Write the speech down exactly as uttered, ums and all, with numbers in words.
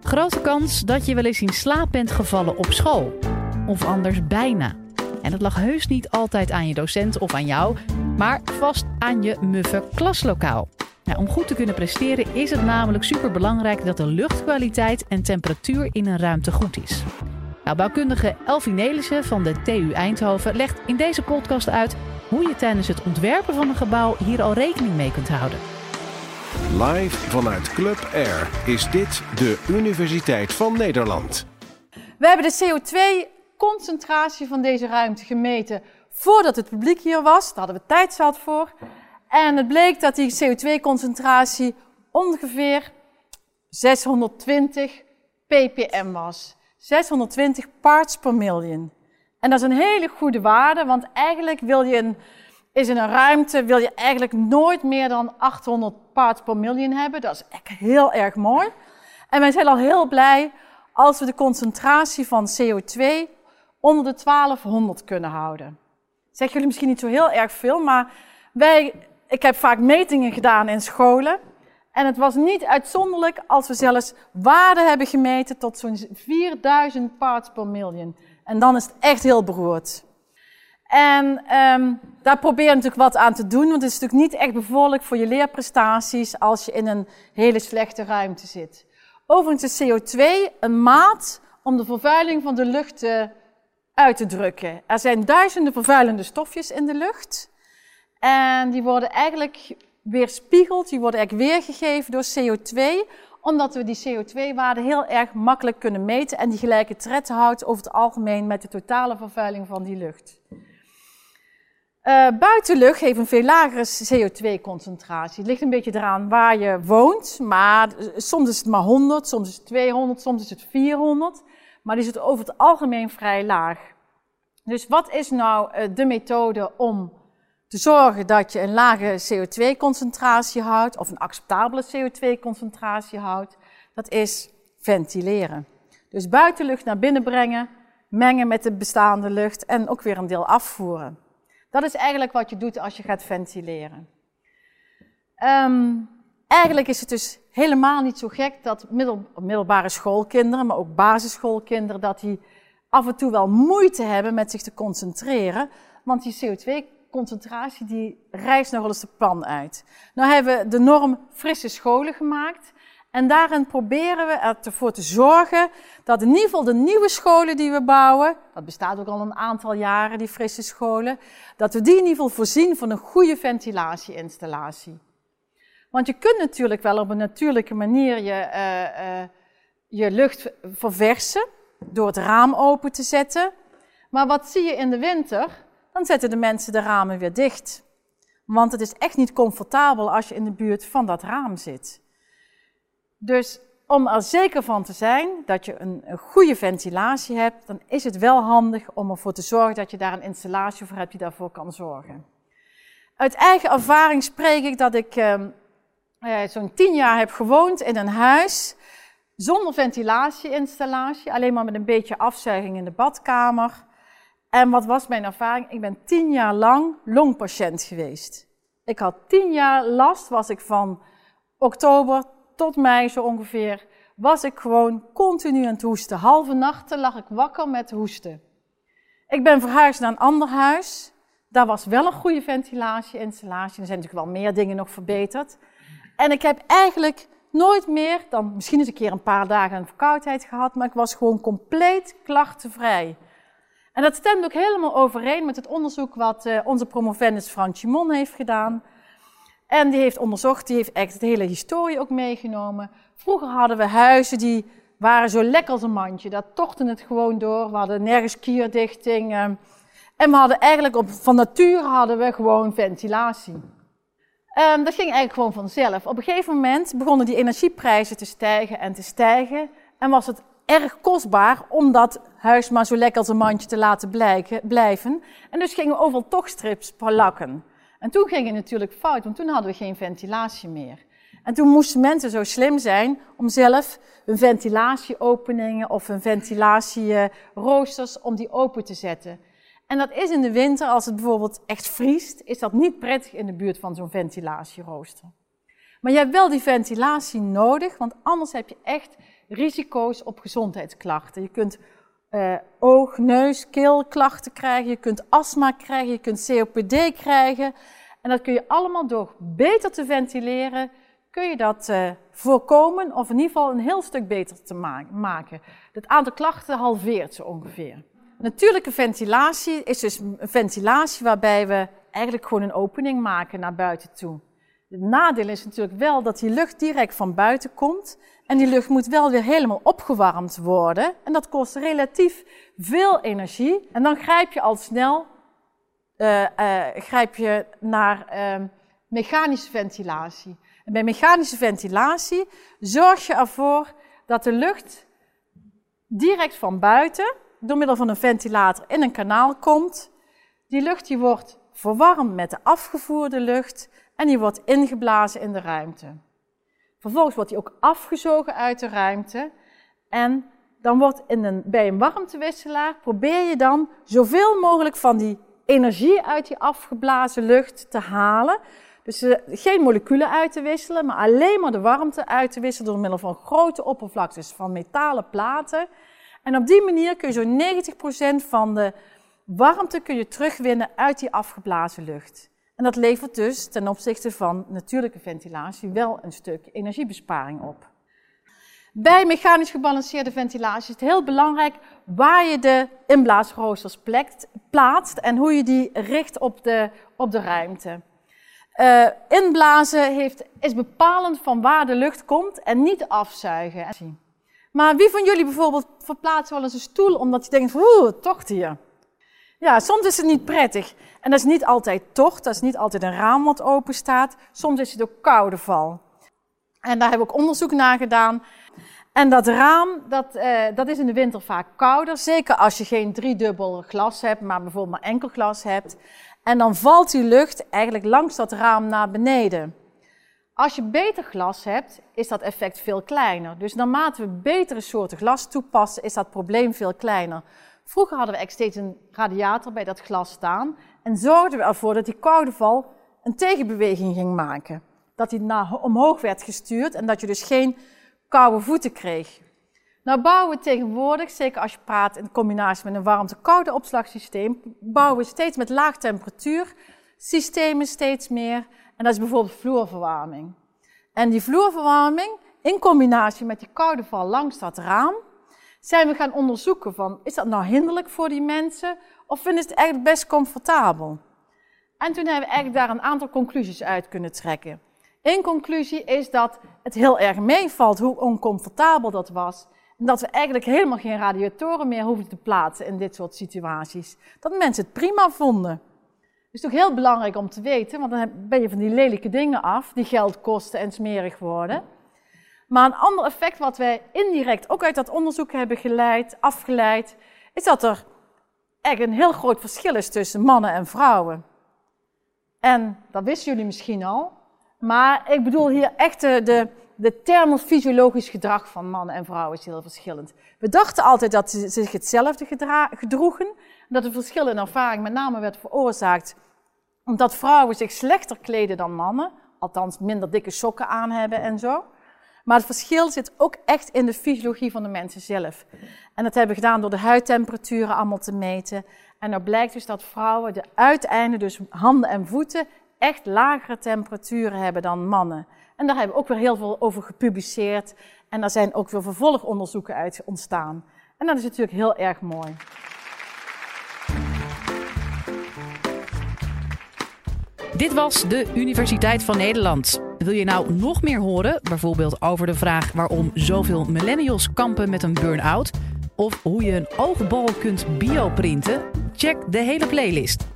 Grote kans dat je wel eens in slaap bent gevallen op school. Of anders bijna. En dat lag heus niet altijd aan je docent of aan jou, maar vast aan je muffe klaslokaal. Nou, om goed te kunnen presteren is het namelijk superbelangrijk dat de luchtkwaliteit en temperatuur in een ruimte goed is. Nou, bouwkundige Elfie Nelissen van de T U Eindhoven legt in deze podcast uit hoe je tijdens het ontwerpen van een gebouw hier al rekening mee kunt houden. Live vanuit Club Air is dit de Universiteit van Nederland. We hebben de C O twee concentratie van deze ruimte gemeten voordat het publiek hier was. Daar hadden we tijd zat voor. En het bleek dat die C O twee concentratie ongeveer zeshonderdtwintig ppm was. zeshonderdtwintig parts per million. En dat is een hele goede waarde, want eigenlijk wil je een, is in een ruimte wil je eigenlijk nooit meer dan achthonderd parts per million hebben. Dat is echt heel erg mooi. En wij zijn al heel blij als we de concentratie van C O twee onder de twaalfhonderd kunnen houden. Zeggen jullie misschien niet zo heel erg veel, maar wij, ik heb vaak metingen gedaan in scholen. En het was niet uitzonderlijk als we zelfs waarden hebben gemeten tot zo'n vierduizend parts per million. En dan is het echt heel beroerd. En um, daar probeer je natuurlijk wat aan te doen, want het is natuurlijk niet echt bevorderlijk voor je leerprestaties als je in een hele slechte ruimte zit. Overigens is C O twee een maat om de vervuiling van de lucht uh, uit te drukken. Er zijn duizenden vervuilende stofjes in de lucht. En die worden eigenlijk weerspiegeld, die worden eigenlijk weergegeven door C O twee, omdat we die C O twee waarde heel erg makkelijk kunnen meten en die gelijke tred houdt over het algemeen met de totale vervuiling van die lucht. Uh, buitenlucht heeft een veel lagere C O twee concentratie. Het ligt een beetje eraan waar je woont, maar soms is het maar honderd, soms is het tweehonderd, soms is het vierhonderd. Maar die zit over het algemeen vrij laag. Dus wat is nou uh, de methode om te zorgen dat je een lage C O twee concentratie houdt, of een acceptabele C O twee concentratie houdt? Dat is ventileren. Dus buitenlucht naar binnen brengen, mengen met de bestaande lucht en ook weer een deel afvoeren. Dat is eigenlijk wat je doet als je gaat ventileren. Um, eigenlijk is het dus helemaal niet zo gek dat middel, middelbare schoolkinderen, maar ook basisschoolkinderen, dat die af en toe wel moeite hebben met zich te concentreren, want die C O twee concentratie die rijst nog wel eens de pan uit. Nou hebben we de norm frisse scholen gemaakt en daarin proberen we ervoor te zorgen dat in ieder geval de nieuwe scholen die we bouwen, dat bestaat ook al een aantal jaren, die frisse scholen, dat we die in ieder geval voorzien van een goede ventilatieinstallatie. Want je kunt natuurlijk wel op een natuurlijke manier je, uh, uh, je lucht verversen door het raam open te zetten. Maar wat zie je in de winter? Dan zetten de mensen de ramen weer dicht. Want het is echt niet comfortabel als je in de buurt van dat raam zit. Dus om er zeker van te zijn dat je een, een goede ventilatie hebt, dan is het wel handig om ervoor te zorgen dat je daar een installatie voor hebt die daarvoor kan zorgen. Uit eigen ervaring spreek ik dat ik uh, uh, zo'n tien jaar heb gewoond in een huis zonder ventilatieinstallatie, alleen maar met een beetje afzuiging in de badkamer. En wat was mijn ervaring? Ik ben tien jaar lang longpatiënt geweest. Ik had tien jaar last, was ik van oktober tot mei zo ongeveer, was ik gewoon continu aan het hoesten. Halve nachten lag ik wakker met hoesten. Ik ben verhuisd naar een ander huis. Daar was wel een goede ventilatieinstallatie. Er zijn natuurlijk wel meer dingen nog verbeterd. En ik heb eigenlijk nooit meer, dan misschien eens een keer een paar dagen een verkoudheid gehad, maar ik was gewoon compleet klachtenvrij. En dat stemt ook helemaal overeen met het onderzoek wat uh, onze promovendus Frans Chimon heeft gedaan. En die heeft onderzocht, die heeft echt de hele historie ook meegenomen. Vroeger hadden we huizen die waren zo lekker als een mandje. Dat tochtte het gewoon door. We hadden nergens kierdichting. Uh, en we hadden eigenlijk op, van nature hadden we gewoon ventilatie. Um, dat ging eigenlijk gewoon vanzelf. Op een gegeven moment begonnen die energieprijzen te stijgen en te stijgen. En was het erg kostbaar om dat huis maar zo lekker als een mandje te laten blijken, blijven. En dus gingen we overal toch strips plakken. En toen ging het natuurlijk fout, want toen hadden we geen ventilatie meer. En toen moesten mensen zo slim zijn om zelf hun ventilatieopeningen of hun ventilatieroosters om die open te zetten. En dat is in de winter, als het bijvoorbeeld echt vriest, is dat niet prettig in de buurt van zo'n ventilatierooster. Maar je hebt wel die ventilatie nodig, want anders heb je echt risico's op gezondheidsklachten. Je kunt uh, oog-, neus-, keelklachten krijgen, je kunt astma krijgen, je kunt C O P D krijgen. En dat kun je allemaal door beter te ventileren, kun je dat uh, voorkomen of in ieder geval een heel stuk beter te ma- maken. Het aantal klachten halveert zo ongeveer. Natuurlijke ventilatie is dus een ventilatie waarbij we eigenlijk gewoon een opening maken naar buiten toe. Het nadeel is natuurlijk wel dat die lucht direct van buiten komt en die lucht moet wel weer helemaal opgewarmd worden en dat kost relatief veel energie en dan grijp je al snel uh, uh, grijp je naar uh, mechanische ventilatie. En bij mechanische ventilatie zorg je ervoor dat de lucht direct van buiten door middel van een ventilator in een kanaal komt. Die lucht die wordt verwarmd met de afgevoerde lucht en die wordt ingeblazen in de ruimte. Vervolgens wordt die ook afgezogen uit de ruimte en dan wordt in een, bij een warmtewisselaar probeer je dan zoveel mogelijk van die energie uit die afgeblazen lucht te halen. Dus uh, geen moleculen uit te wisselen, maar alleen maar de warmte uit te wisselen door middel van grote oppervlaktes van metalen platen. En op die manier kun je zo'n negentig procent van de warmte kun je terugwinnen uit die afgeblazen lucht. En dat levert dus ten opzichte van natuurlijke ventilatie wel een stuk energiebesparing op. Bij mechanisch gebalanceerde ventilatie is het heel belangrijk waar je de inblaasroosters plaatst en hoe je die richt op de, op de ruimte. Uh, inblazen heeft, is bepalend van waar de lucht komt en niet afzuigen. Maar wie van jullie bijvoorbeeld verplaatst wel eens een stoel omdat je denkt, oeh, tocht hier. Ja, soms is het niet prettig. En dat is niet altijd tocht, dat is niet altijd een raam wat open staat. Soms is het ook koude val. En daar hebben we ook onderzoek naar gedaan. En dat raam, dat, uh, dat is in de winter vaak kouder. Zeker als je geen driedubbel glas hebt, maar bijvoorbeeld maar enkel glas hebt. En dan valt die lucht eigenlijk langs dat raam naar beneden. Als je beter glas hebt, is dat effect veel kleiner. Dus naarmate we betere soorten glas toepassen, is dat probleem veel kleiner. Vroeger hadden we eigenlijk steeds een radiator bij dat glas staan en zorgden we ervoor dat die koude val een tegenbeweging ging maken. Dat die naar omhoog werd gestuurd en dat je dus geen koude voeten kreeg. Nou bouwen we tegenwoordig, zeker als je praat in combinatie met een warmte-koude opslagsysteem, bouwen we steeds met laag temperatuur systemen steeds meer. En dat is bijvoorbeeld vloerverwarming. En die vloerverwarming, in combinatie met die koude val langs dat raam, zijn we gaan onderzoeken van, is dat nou hinderlijk voor die mensen of vinden ze het eigenlijk best comfortabel? En toen hebben we eigenlijk daar een aantal conclusies uit kunnen trekken. Eén conclusie is dat het heel erg meevalt hoe oncomfortabel dat was. En dat we eigenlijk helemaal geen radiatoren meer hoeven te plaatsen in dit soort situaties. Dat mensen het prima vonden. Dat is toch heel belangrijk om te weten, want dan ben je van die lelijke dingen af, die geld kosten en smerig worden. Maar een ander effect wat wij indirect ook uit dat onderzoek hebben geleid, afgeleid, is dat er echt een heel groot verschil is tussen mannen en vrouwen. En dat wisten jullie misschien al, maar ik bedoel hier echt de, de, de thermofysiologisch gedrag van mannen en vrouwen is heel verschillend. We dachten altijd dat ze zich hetzelfde gedra- gedroegen, dat het verschil in ervaring met name werd veroorzaakt omdat vrouwen zich slechter kleden dan mannen, althans minder dikke sokken aan hebben en zo. Maar het verschil zit ook echt in de fysiologie van de mensen zelf. En dat hebben we gedaan door de huidtemperaturen allemaal te meten. En dan blijkt dus dat vrouwen de uiteinden, dus handen en voeten, echt lagere temperaturen hebben dan mannen. En daar hebben we ook weer heel veel over gepubliceerd. En daar zijn ook weer vervolgonderzoeken uit ontstaan. En dat is natuurlijk heel erg mooi. Dit was de Universiteit van Nederland. Wil je nou nog meer horen, bijvoorbeeld over de vraag waarom zoveel millennials kampen met een burn-out, of hoe je een oogbal kunt bioprinten? Check de hele playlist.